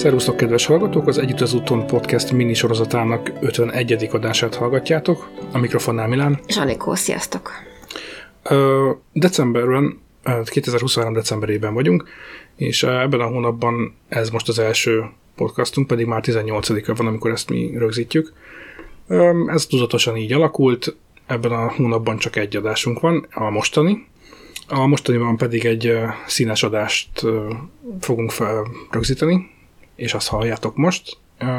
Szervusztok, kedves hallgatók! Az Együtt az úton podcast minisorozatának 51. adását hallgatjátok. A mikrofonnál Milán. És Anikó, sziasztok! Decemberben, 2023. decemberében vagyunk, és ebben a hónapban ez most az első podcastunk, pedig már 18-a van, amikor ezt mi rögzítjük. Ez tudatosan így alakult, ebben a hónapban csak egy adásunk van, a mostani. A mostaniban pedig egy színes adást fogunk rögzíteni, és azt halljátok most.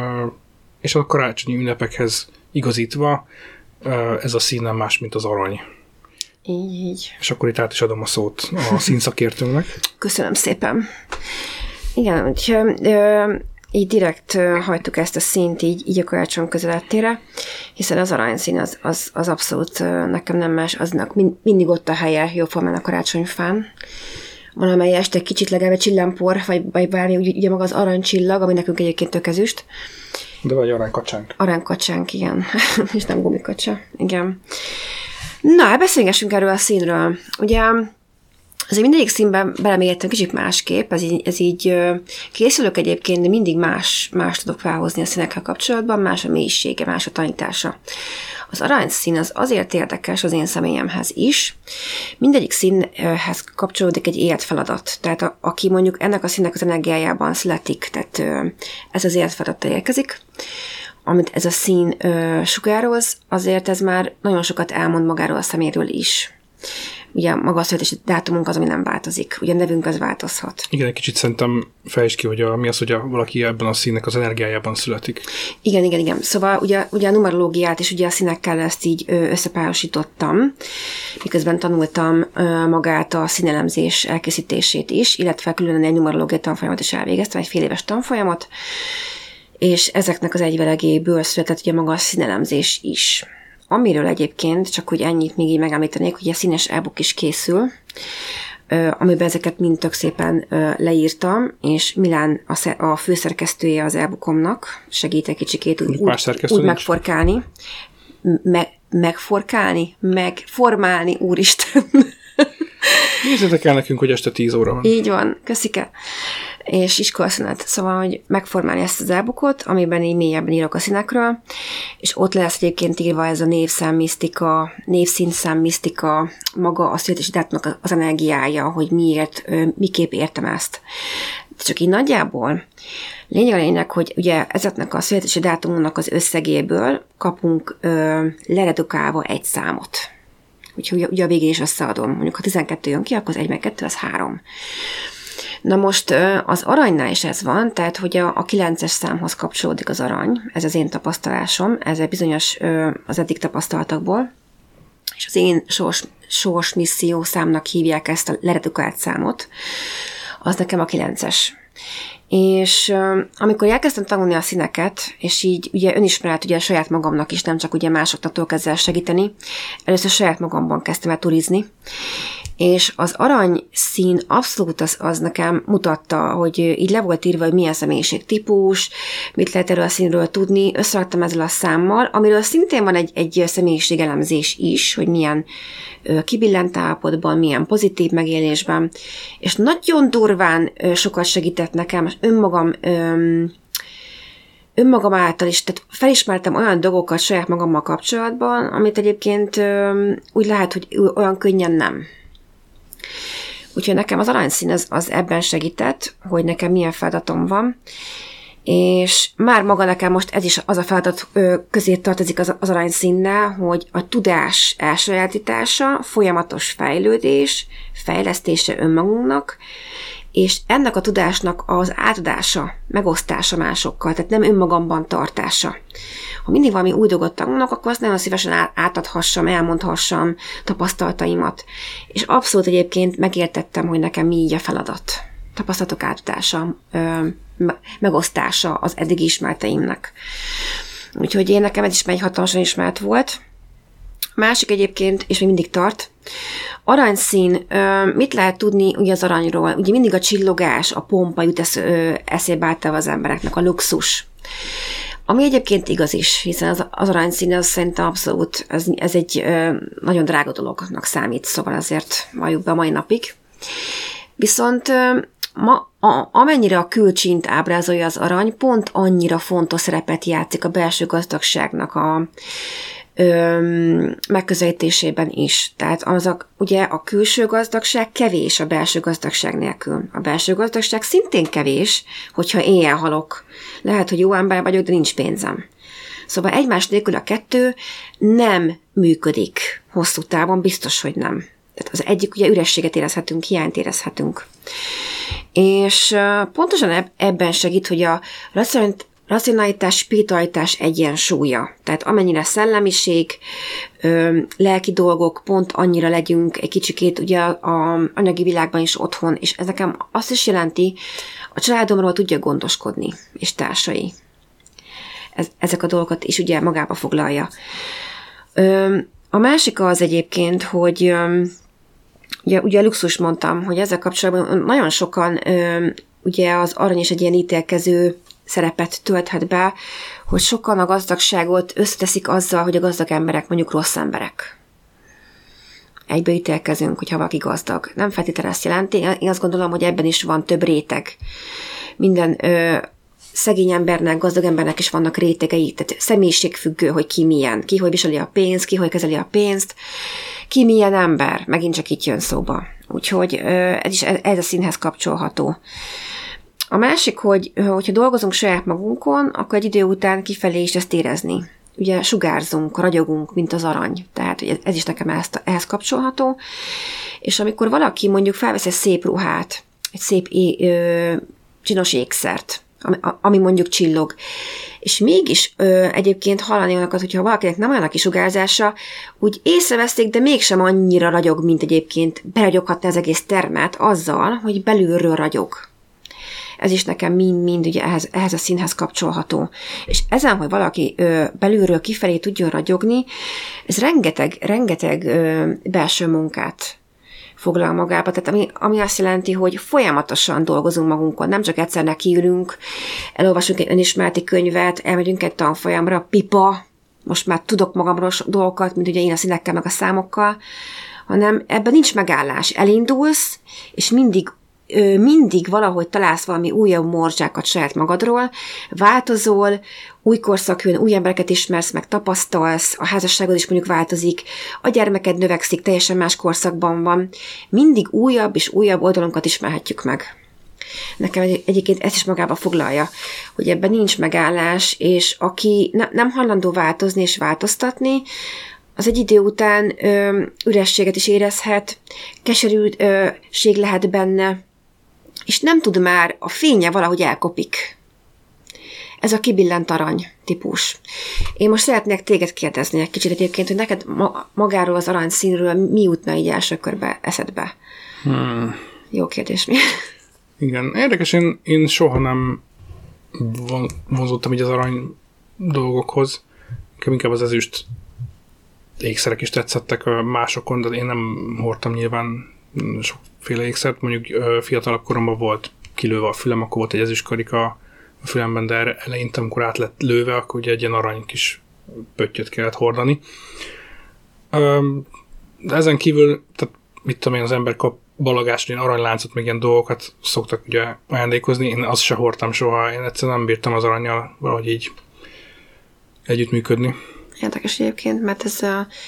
És a karácsonyi ünnepekhez igazítva ez a szín nem más, mint az arany. Így. És akkor itt át is adom a szót a színszakértőnknek. Köszönöm szépen. Igen, úgyhogy így direkt hagytuk ezt a színt így a karácsony közelettére, hiszen az aranyszín az abszolút nekem nem más, aznak mindig ott a helye jóformán a karácsonyfán. Valamely este kicsit legalább csillámpor, vagy bármi, ugye maga az aranycsillag, ami nekünk egyébként tök ezüst. De vagy aranykacsánk. Aranykacsánk, igen. És nem gumikacsa, igen. Na, beszélgessünk erről a színről. Ugye azért mindegyik színben belemélyedtem kicsit másképp, ez így készülök egyébként, de mindig más tudok felhozni a színekkel kapcsolatban, más a mélysége, más a tanítása. Az aranyszín az azért érdekes az én személyemhez is. Mindegyik színhez kapcsolódik egy életfeladat. Tehát aki mondjuk ennek a színnek az energiájában születik, tehát ez az életfeladattal érkezik, amit ez a szín sugároz, azért ez már nagyon sokat elmond magáról a szeméről is. Ugye maga a születési dátumunk az, ami nem változik. Ugye a nevünk az változhat. Igen, egy kicsit szerintem fejtsd ki, hogy mi az, hogy valaki ebben a színnek az energiájában születik. Igen. Szóval ugye a numerológiát és ugye a színekkel ezt így összepárosítottam, miközben tanultam magát a színelemzés elkészítését is, illetve külön egy numerológiai tanfolyamot is elvégeztem, egy fél éves tanfolyamot, és ezeknek az egyvelegéből született ugye maga a színelemzés is. Amiről egyébként, csak hogy ennyit még így megemlítenék, hogy a színes e-book is készül, amiben ezeket mind tök szépen leírtam, és Milán a főszerkesztője az e-bookomnak, segít egy kicsikét úgy megforkálni. Megformálni, úristen. Nézzétek el nekünk, hogy este 10 óra van. Így van, köszike. És iskolaszünet. Szóval, hogy megformálni ezt az e-bookot, amiben így mélyebben írok a színekről, és ott lesz egyébként írva ez a névszámmisztika, névszínszámmisztika, maga a születési dátumnak az energiája, hogy miért, miképp értem ezt. De csak így nagyjából lényeg, hogy ugye ezeknek a születési dátumnak az összegéből kapunk leredukálva egy számot. Úgyhogy ugye a végén is összeadom. Mondjuk, ha 12 jön ki, akkor az 1 meg 2, az 3. Na most az aranynál is ez van, tehát hogy a 9-es számhoz kapcsolódik az arany, ez az én tapasztalásom, ez egy bizonyos az eddig tapasztaltakból, és az én sors misszió számnak hívják ezt a leredukált számot, az nekem a 9-es. És amikor elkezdtem tanulni a színeket, és így ugye önismeret ugye saját magamnak is, nem csak ugye másoknak tudok ezzel segíteni, először saját magamban kezdtem el turizni, és az arany szín abszolút az nekem mutatta, hogy így le volt írva, hogy milyen személyiségtípus, mit lehet erről a színről tudni, összeraktam ezzel a számmal, amiről szintén van egy személyiségelemzés is, hogy milyen kibillent állapotban, milyen pozitív megélésben, és nagyon durván sokat segített nekem önmagam által is, tehát felismertem olyan dolgokat saját magammal kapcsolatban, amit egyébként úgy lehet, hogy olyan könnyen nem. Úgyhogy nekem az aranyszín az ebben segített, hogy nekem milyen feladatom van, és már maga nekem most ez is az a feladat közé tartozik az aranyszínnel, hogy a tudás elsajátítása, folyamatos fejlődés, fejlesztése önmagunknak, és ennek a tudásnak az átadása, megosztása másokkal, tehát nem önmagamban tartása. Ha mindig valami új dolgot tanulnak, akkor azt nagyon szívesen átadhassam, elmondhassam tapasztalataimat. És abszolút egyébként megértettem, hogy nekem mi így a feladat. Tapasztalatok átadása, megosztása az eddigi ismereteimnek. Úgyhogy nekem ez is egy hatalmasan ismert volt. Másik egyébként, és még mindig tart, aranyszín, mit lehet tudni ugye az aranyról? Ugye mindig a csillogás, a pompa jut eszébe általában az embereknek, a luxus. Ami egyébként igaz is, hiszen az aranyszín az szerintem abszolút, ez egy nagyon drága dolognak számít, szóval azért valljuk be a mai napig. Viszont amennyire a külcsínt ábrázolja az arany, pont annyira fontos szerepet játszik a belső gazdagságnak a megközelítésében is. Tehát ugye a külső gazdagság kevés a belső gazdagság nélkül. A belső gazdagság szintén kevés, hogyha éjjel halok. Lehet, hogy jó ember vagyok, de nincs pénzem. Szóval egymás nélkül a kettő nem működik hosszú távon, biztos, hogy nem. Tehát az egyik ugye ürességet érezhetünk, hiányt érezhetünk. És pontosan ebben segít, hogy a racionalitás, spiritualitás egyensúlya. Tehát amennyire szellemiség, lelki dolgok, pont annyira legyünk egy kicsikét ugye a anyagi világban is otthon, és ez nekem azt is jelenti, a családomról tudja gondoskodni, és társai. Ezek a dolgokat is ugye magába foglalja. A másik az egyébként, hogy ugye a luxus mondtam, hogy ezzel kapcsolatban nagyon sokan ugye az arany is egy ilyen ítélkező szerepet tölthet be, hogy sokan a gazdagságot összeteszik azzal, hogy a gazdag emberek mondjuk rossz emberek. Egybe ítélkezünk, hogyha valaki gazdag. Nem feltétlenül ezt jelenti. Én azt gondolom, hogy ebben is van több réteg. Minden szegény embernek, gazdag embernek is vannak rétegei, tehát személyiségfüggő, hogy ki milyen, ki hogy viseli a pénzt, ki hogy kezeli a pénzt, ki milyen ember, megint csak itt jön szóba. Úgyhogy ez a színhez kapcsolható. A másik, hogyha dolgozunk saját magunkon, akkor egy idő után kifelé is ezt érezni. Ugye sugárzunk, ragyogunk, mint az arany. Tehát ez is nekem ehhez kapcsolható. És amikor valaki mondjuk felvesz egy szép ruhát, egy szép csinos ékszert, ami mondjuk csillog, és mégis egyébként hallani olyanokat, hogyha valakinek nem olyan a kisugárzása, úgy észreveszték, de mégsem annyira ragyog, mint egyébként beragyoghatna az egész termet azzal, hogy belülről ragyog. Ez is nekem mind ugye ehhez a színhez kapcsolható. És ezen, hogy valaki belülről kifelé tudjon ragyogni, ez rengeteg belső munkát foglal magába. Tehát ami azt jelenti, hogy folyamatosan dolgozunk magunkon, nem csak egyszer nekiülünk, elolvasunk egy önismereti könyvet, elmegyünk egy tanfolyamra, pipa, most már tudok magamról dolgokat, mint ugye én a színekkel, meg a számokkal, hanem ebben nincs megállás. Elindulsz, és mindig valahogy találsz valami újabb morzsákat saját magadról, változol, új korszak jön, új embereket ismersz, meg tapasztalsz, a házasságod is mondjuk változik, a gyermeked növekszik, teljesen más korszakban van, mindig újabb és újabb oldalunkat ismerhetjük meg. Nekem egyébként ezt is magába foglalja, hogy ebben nincs megállás, és aki nem hajlandó változni és változtatni, az egy idő után ürességet is érezhet, keserűség lehet benne, és nem tud már, a fénye valahogy elkopik. Ez a kibillent arany típus. Én most szeretnék téged kérdezni egy kicsit egyébként, hogy neked magáról az aranyszínről mi jutna így első körbe eszedbe? Jó kérdés, mi? Igen, érdekes, én soha nem vonzottam így az arany dolgokhoz. Inkább az ezüst ékszerek is tetszettek másokon, de én nem hordtam nyilván sokféle ékszert. Mondjuk fiatalabb koromban volt kilőve a fülem, akkor volt egy ezüstkarika a fülemben, de eleinte, amikor át lett lőve, akkor ugye egy ilyen arany kis pöttyöt kellett hordani. De ezen kívül, tehát mit tudom én, az ember kap balagás, ilyen aranyláncot, meg ilyen dolgokat szoktak ugye ajándékozni. Én azt se hordtam soha, én egyszerűen nem bírtam az arannyal valahogy így együttműködni. Érdekes egyébként, mert ez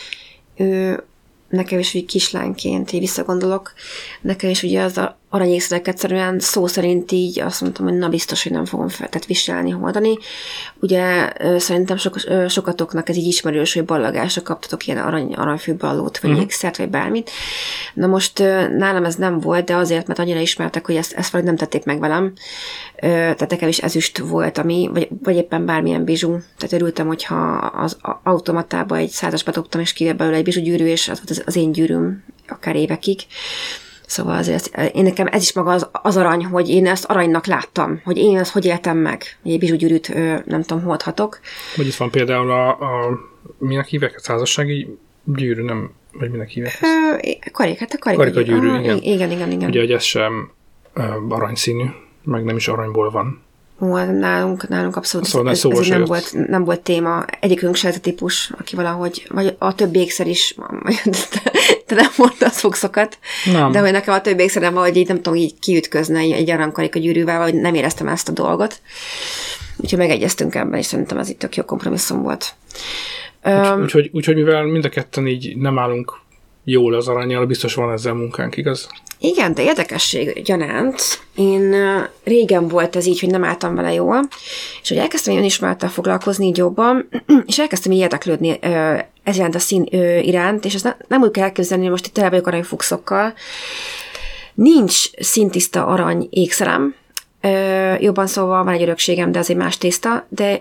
nekem is úgy kislányként így visszagondolok, nekem is ugye az aranyékszerek egyszerűen szó szerint így azt mondtam, hogy na biztos, hogy nem fogom tehát viselni, hordani. Ugye szerintem sokatoknak ez így ismerős, hogy ballagásra kaptatok ilyen aranyfűballót, vagy ékszert, vagy bármit. Na most nálam ez nem volt, de azért, mert annyira ismertek, hogy ezt valahogy nem tették meg velem. Tehát nekem is ezüst volt, vagy éppen bármilyen bizsú. Tehát örültem, hogyha az automatába egy 100-asba dobtam, és kijött belőle egy bizsúgyűrű, és az volt az én gyűrűm akár évekig. Szóval azért én nekem ez is maga az arany, hogy én ezt aranynak láttam, hogy én ezt hogy éltem meg, hogy egy bizsúgyűrűt nem tudom, hordhatok. Vagy itt van például minek hívják? A házassági gyűrű, nem? Vagy minek hívják ezt? Karikagyűrű, igen. Igen. Ugye, hogy ez sem aranyszínű, meg nem is aranyból van. Nálunk abszolút szóval ez nem volt téma. Egyikünk se ez a típus, aki valahogy, vagy a több ékszer is, te nem mondasz fuxokat, Nem. de hogy nekem a többi ékszerem valahogy így, nem tudom, így kiütközne egy aranykarika gyűrűvel, vagy nem éreztem ezt a dolgot. Úgyhogy megegyeztünk ebben, és szerintem ez itt tök jó kompromisszum volt. Úgyhogy mivel mind a ketten így nem állunk jól az arannyal, biztos van ezzel munkánk, igaz? Igen, de érdekesség gyanánt. Én régen volt ez így, hogy nem álltam vele jól, és hogy elkezdtem önismerettel foglalkozni így jobban, és elkezdtem így érdeklődni ez iránt a szín iránt, és ezt nem úgy kell elképzelni, hogy most itt tele vagyok aranyfuxokkal. Nincs színtiszta arany ékszerem, jobban szóval van egy örökségem, de az egy más tészta, de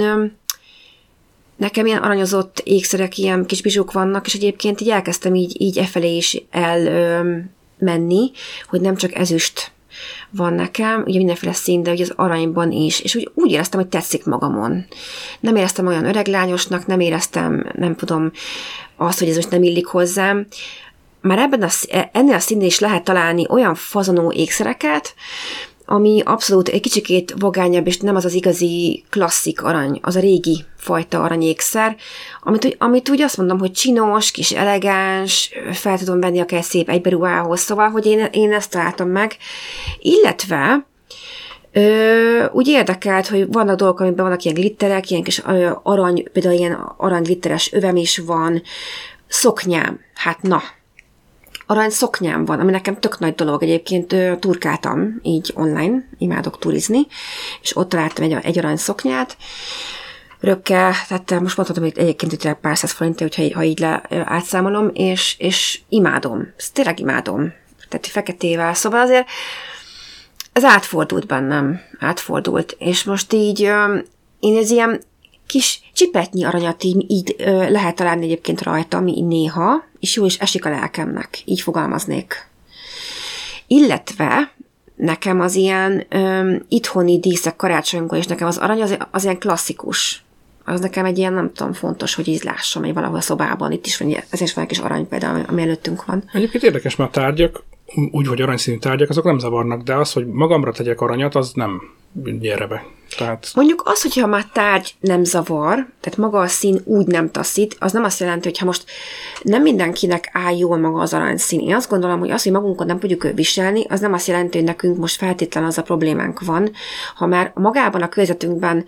nekem ilyen aranyozott ékszerek, ilyen kis bizsuk vannak, és egyébként így elkezdtem így efelé is elmenni, hogy nem csak ezüst van nekem, ugye mindenféle szín, de ugye az aranyban is, és úgy éreztem, hogy tetszik magamon. Nem éreztem olyan öreglányosnak, nem éreztem, nem tudom, azt, hogy ez most nem illik hozzám. Már ennél a színnél is lehet találni olyan fazonó ékszereket, ami abszolút egy kicsikét vagányabb, és nem az az igazi klasszik arany, az a régi fajta aranyékszer, amit úgy azt mondom, hogy csinos, kis elegáns, fel tudom venni akár szép egyberuhához, szóval, hogy én ezt találtam meg. Illetve úgy érdekelt, hogy vannak dolgok, amiben vannak ilyen glitterek, ilyen kis arany, például ilyen aranyglitteres övem is van, szoknyám, hát na, arany szoknyám van, ami nekem tök nagy dolog. Egyébként turkáltam így online, imádok turizni, és ott találtam egy arany szoknyát, rökkel, tehát most mondhatom, hogy egyébként pár száz forintért, ha így átszámolom, és imádom, ezt tényleg imádom, tehát feketével, szóval azért ez átfordult bennem, és most így én ez ilyen kis csipetnyi aranyat így lehet találni egyébként rajtam, így néha, és jó is esik a lelkemnek, így fogalmaznék. Illetve nekem az ilyen itthoni díszek karácsonykor, és nekem az arany az ilyen klasszikus. Az nekem egy ilyen, nem tudom, fontos, hogy így lássam, hogy valahol a szobában, itt is van, ezért is van egy kis arany például, ami előttünk van. Egyébként érdekes, mert a tárgyak, úgy, hogy aranyszínű tárgyak, azok nem zavarnak, de az, hogy magamra tegyek aranyat, az nem gyere be. Tehát... Mondjuk az, hogyha már tárgy nem zavar, tehát maga a szín úgy nem taszít, az nem azt jelenti, hogy ha most nem mindenkinek áll jól maga az aranyszín. Én azt gondolom, hogy az, hogy magunkon nem tudjuk viselni, az nem azt jelenti, hogy nekünk most feltétlenül az a problémánk van. Ha már magában a környezetünkben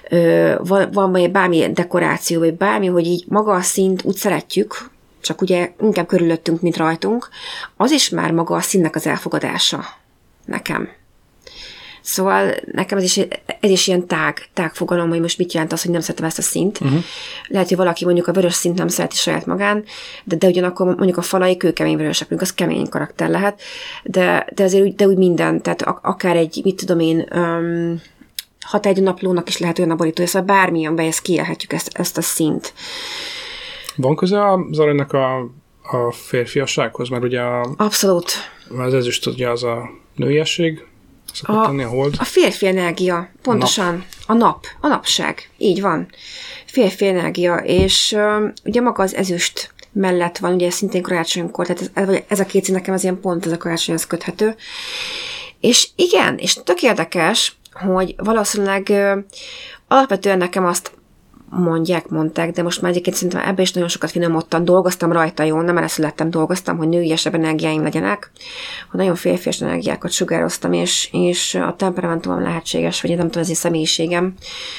van bármi dekoráció, vagy bármi, hogy így maga a színt úgy szeretjük, csak ugye inkább körülöttünk, mint rajtunk, az is már maga a színnek az elfogadása nekem. Szóval nekem ez is ilyen tág fogalom, hogy most mit jelent az, hogy nem szeretem ezt a színt. Uh-huh. Lehet, hogy valaki mondjuk a vörös színt nem szereti saját magán, de ugyanakkor mondjuk a falai kőkemény vörösek, mondjuk az kemény karakter lehet, de azért úgy minden, tehát akár egy, mit tudom én, hatályú naplónak is lehet olyan a borítója, szóval bármilyenben ezt kiélhetjük ezt a színt. Van köze az aranynak a férfiassághoz? Mert ugye abszolút. Az ezüst ugye az a nőiesség, szokott tenni a hold. A férfi energia, pontosan. A napság, így van. Férfi energia, és ugye maga az ezüst mellett van, ugye szintén karácsonykor, tehát ez a két szín nekem az ilyen pont, ez a karácsonyhoz köthető. És igen, és tök érdekes, hogy valószínűleg alapvetően nekem azt mondták, de most már egyébként szerintem ebben is nagyon sokat finomodtam, dolgoztam rajta jól, nem erre születtem, dolgoztam, hogy nőiesebb energiáim legyenek, hogy nagyon férfias energiákat sugároztam, és a temperamentumom lehetséges, vagy nem tudom, ez egy személyiségem.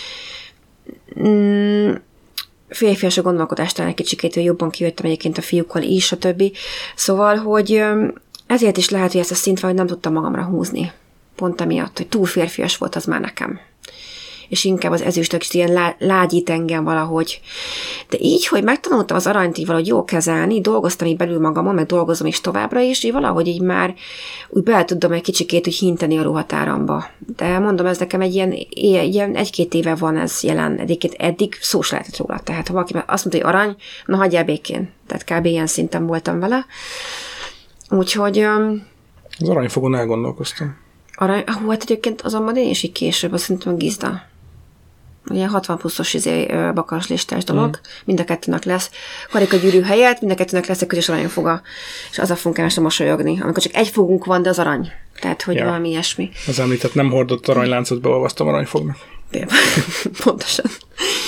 Férfias a gondolkodást talán egy kicsikét, hogy jobban kijöttem egyébként a fiúkkal is, stb. Szóval, hogy ezért is lehet, hogy ezt a szint valahogy nem tudtam magamra húzni. Pont emiatt, hogy túl férfias volt az már nekem. És inkább az ezüstök is ilyen lágyít engem valahogy. De így, hogy megtanultam az aranyt így valahogy jól kezelni, dolgoztam így belül magamon, meg dolgozom is továbbra is, így valahogy így már úgy bele tudom egy kicsikét úgy hinteni a ruhatáramba. De mondom, ez nekem egy ilyen 1-2 éve van ez jelen, eddig szó se lehetett róla. Tehát ha valaki azt mondta, hogy arany, na hagyjál békén. Tehát kb. Ilyen szinten voltam vele. Úgyhogy... Az aranyfogon elgondolkoztam. Hát egyébként azonban én is így később, azt szerintem a gizda. Ugye 60 pluszos bakancslistás dolog, mind a kettőnek lesz karikagyűrű helyett, mind a kettőnek lesz egy közös aranyfoga, és azzal fogunk elmestre mosolyogni, amikor csak egy fogunk van, de az arany. Tehát, hogy valami ilyesmi. Az említett nem hordott aranyláncot beolvasztom aranyfognak. Pontosan.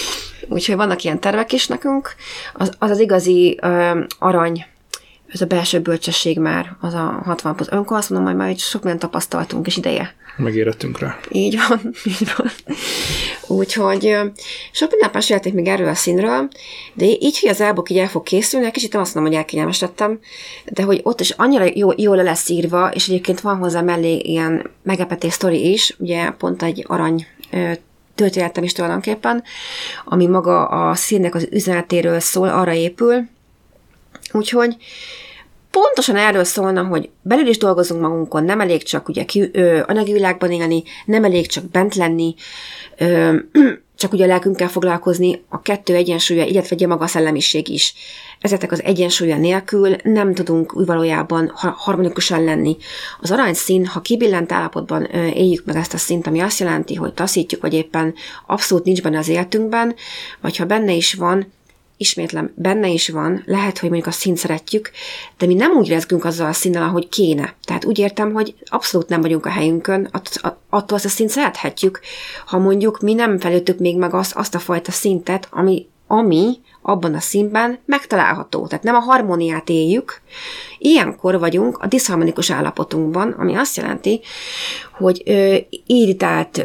úgyhogy vannak ilyen tervek is nekünk. Az igazi arany, ez a belső bölcsesség már, az a 60 plusz. Amikor azt mondom, hogy már sok mindent tapasztaltunk, és ideje. Megérettünk rá. Így van, így van. Úgyhogy sok mindent mesélték még erről a színről, de így, hogy az album így el fog készülni, kicsit nem azt mondom, hogy elkényelmesedtem, de hogy ott is annyira jól le lesz írva, és egyébként van hozzá mellé ilyen meglepetés sztori is, ugye pont egy arany történetem is tulajdonképpen, ami maga a színnek az üzenetéről szól, arra épül. Úgyhogy pontosan erről szólna, hogy belül is dolgozunk magunkon, nem elég csak ugye anyagi világban élni, nem elég csak bent lenni, csak ugye a lelkünkkel foglalkozni, a kettő egyensúlya, illetve ugye maga a szellemiség is. Ezeknek az egyensúlya nélkül nem tudunk úgy valójában harmonikusan lenni. Az aranyszín, ha kibillent állapotban éljük meg ezt a színt, ami azt jelenti, hogy taszítjuk, vagy éppen abszolút nincs benne az életünkben, vagy ha benne is van, ismétlem, benne is van, lehet, hogy mondjuk a színt szeretjük, de mi nem úgy rezgünk azzal a színnel, ahogy kéne. Tehát úgy értem, hogy abszolút nem vagyunk a helyünkön, attól azt a színt szerethetjük, ha mondjuk mi nem felőttük még meg azt a fajta szintet, ami abban a színben megtalálható. Tehát nem a harmóniát éljük, ilyenkor vagyunk a diszharmonikus állapotunkban, ami azt jelenti, hogy irritált,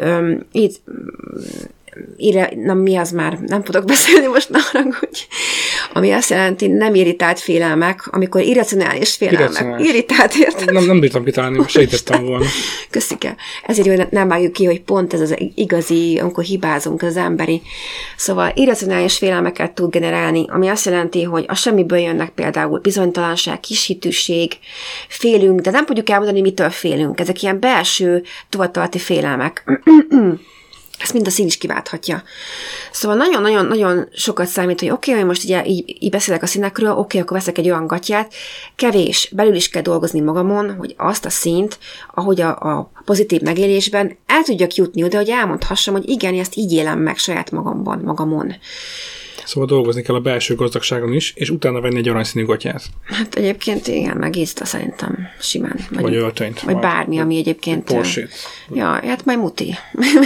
mi az már, nem tudok beszélni most, ne haragudj. Ami azt jelenti, nem irritált félelmek, amikor irracionális félelmek. Irritált, érted? Nem bírtam kitalálni, sejtettem volna. Köszike. Ezért jó, nem vágjuk ki, hogy pont ez az igazi, amikor hibázunk, az emberi. Szóval irracionális félelmeket tud generálni, ami azt jelenti, hogy a semmiből jönnek például bizonytalanság, kishitűség, félünk, de nem tudjuk elmondani, mitől félünk. Ezek ilyen belső, tudatalatti félelmek. Ezt mind a szín is kiválthatja. Szóval nagyon-nagyon-nagyon sokat számít, hogy oké, most ugye így beszélek a színekről, oké, akkor veszek egy olyan gatyát, kevés, belül is kell dolgozni magamon, hogy azt a színt, ahogy a pozitív megélésben el tudjak jutni oda, hogy elmondhassam, hogy igen, ezt így élem meg saját magamon. Szóval dolgozni kell a belső gazdagságon is, és utána venni egy aranyszínű gatyát. Hát egyébként igen, meg Insta szerintem simán. Vagy öltönyt. Vagy bármi, ami egyébként... Porsét. Ja, hát majd muti.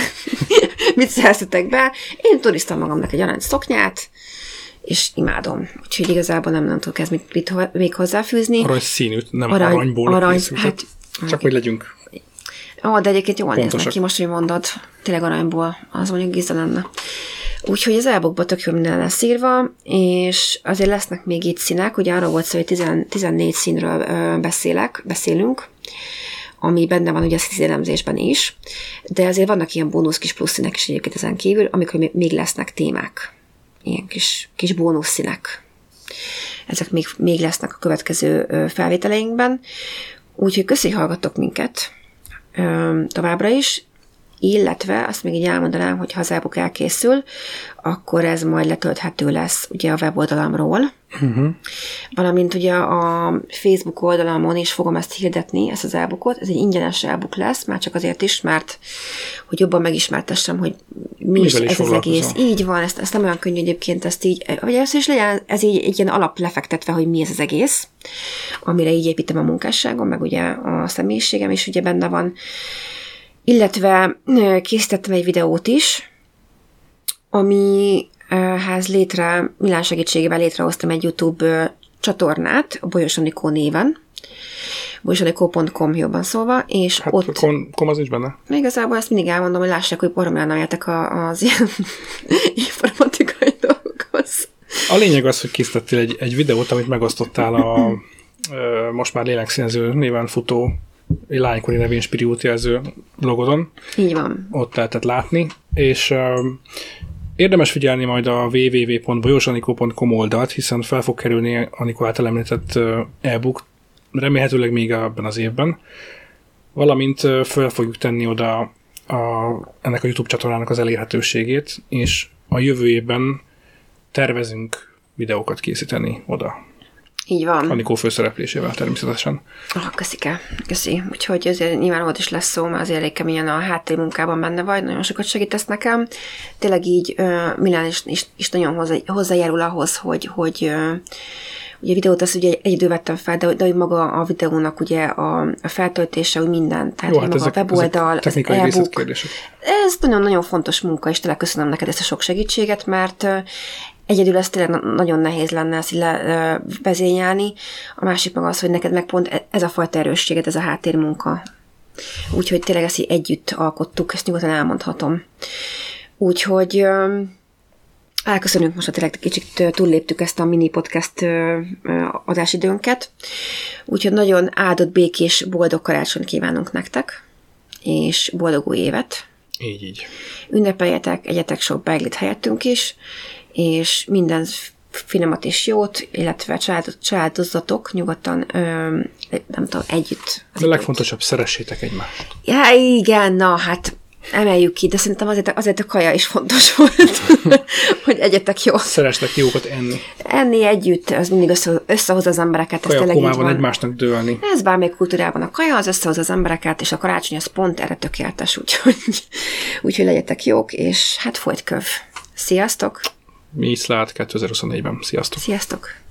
Mit szereztetek be? Én turiztam magamnak egy arany szoknyát, és imádom. Úgyhogy igazából nem tudok ezt mit még hozzáfűzni. Arany színűt, nem aranyból készült. Hát, csak hogy legyünk de egyébként jól néznek ki, most, hogy mondod. Tényleg aranyból, az mondjuk gizda lenne. Úgyhogy az albumban tök jó minden lesz írva, és azért lesznek még itt színek, ugye arra volt szó, hogy 14 színről beszélünk, ami benne van ugye a színelemzésben is, de azért vannak ilyen bónusz kis plusz színek is egyébként ezen kívül, amikor még lesznek témák, ilyen kis bónusz színek. Ezek még lesznek a következő felvételeinkben, úgyhogy köszi, hallgattok minket továbbra is, illetve azt még így elmondanám, hogy ha az e-book elkészül, akkor ez majd letölthető lesz ugye a weboldalamról. Valamint ugye a Facebook oldalamon is fogom ezt hirdetni, ezt az e-bookot. Ez egy ingyenes e-book lesz, már csak azért is, mert hogy jobban megismertessem, hogy mi is ez az egész. Így van, ezt nem olyan könnyű egyébként, ezt így, vagy ez is legyen, ez így egy ilyen alap lefektetve, hogy mi ez az egész, amire így építem a munkásságom, meg ugye a személyiségem is ugye benne van. Illetve készítettem egy videót is, amihez Milán segítségével létrehoztam egy YouTube csatornát, a Bolyos Anikó néven, bolyosanikó.com jobban szólva, és hát ott... kom az is benne? Igazából ezt mindig elmondom, hogy lássák, hogy barom elnajátok az ilyen informatikai dolgokhoz. A lényeg az, hogy készítettél egy videót, amit megosztottál a most már lélekszínező néven futó lánykori nevén Spiriút jelző blogodon. Így van. Ott lehetett látni, és érdemes figyelni majd a www.bolyosanikó.com oldalt, hiszen fel fog kerülni Anikó által említett e-book, remélhetőleg még ebben az évben, valamint fel fogjuk tenni oda ennek a YouTube csatornának az elérhetőségét, és a jövő évben tervezünk videókat készíteni oda. Így van. Anikó főszereplésével természetesen. Köszi. Úgyhogy azért nyilván ott is lesz szó, mert azért elég keményen a háttérmunkában benne vagy, nagyon sokat segítesz nekem. Tényleg így Milán is nagyon hozzájárul ahhoz, hogy Ugye a videót azt ugye egy idő vettem fel, de maga a videónak ugye a feltöltése, úgy minden, tehát jó, hát maga a weboldal, az e-book. Ez nagyon-nagyon fontos munka, és tényleg köszönöm neked ezt a sok segítséget, mert egyedül ez tényleg nagyon nehéz lenne ezt vezényelni. A másik meg az, hogy neked meg pont ez a fajta erősséget, ez a háttérmunka. Úgyhogy tényleg ezt így együtt alkottuk, ezt nyugodtan elmondhatom. Úgyhogy elköszönünk most, tényleg kicsit túlléptük ezt a mini podcast adásidőnket. Úgyhogy nagyon áldott, békés, boldog karácsonyt kívánunk nektek, és boldog új évet. Így. Ünnepeljetek, egyetek sok beiglit helyettünk is, és minden finomat és jót, illetve családozzatok nyugodtan, nem tudom, együtt. De a legfontosabb, szeressétek egymást. Ja, igen, na, hát emeljük ki, de szerintem azért a kaja is fontos volt, hogy egyetek jó. Szerestek jókat enni. Enni együtt, az mindig összehoz az embereket. Kaja komában egymásnak dőlni. Ez bármelyik kultúrában a kaja, az összehoz az embereket, és a karácsony az pont erre tökéletes, úgyhogy legyetek jók, és hát folyt köv. Sziasztok! Mi is lát 2024-ben. Sziasztok! Sziasztok!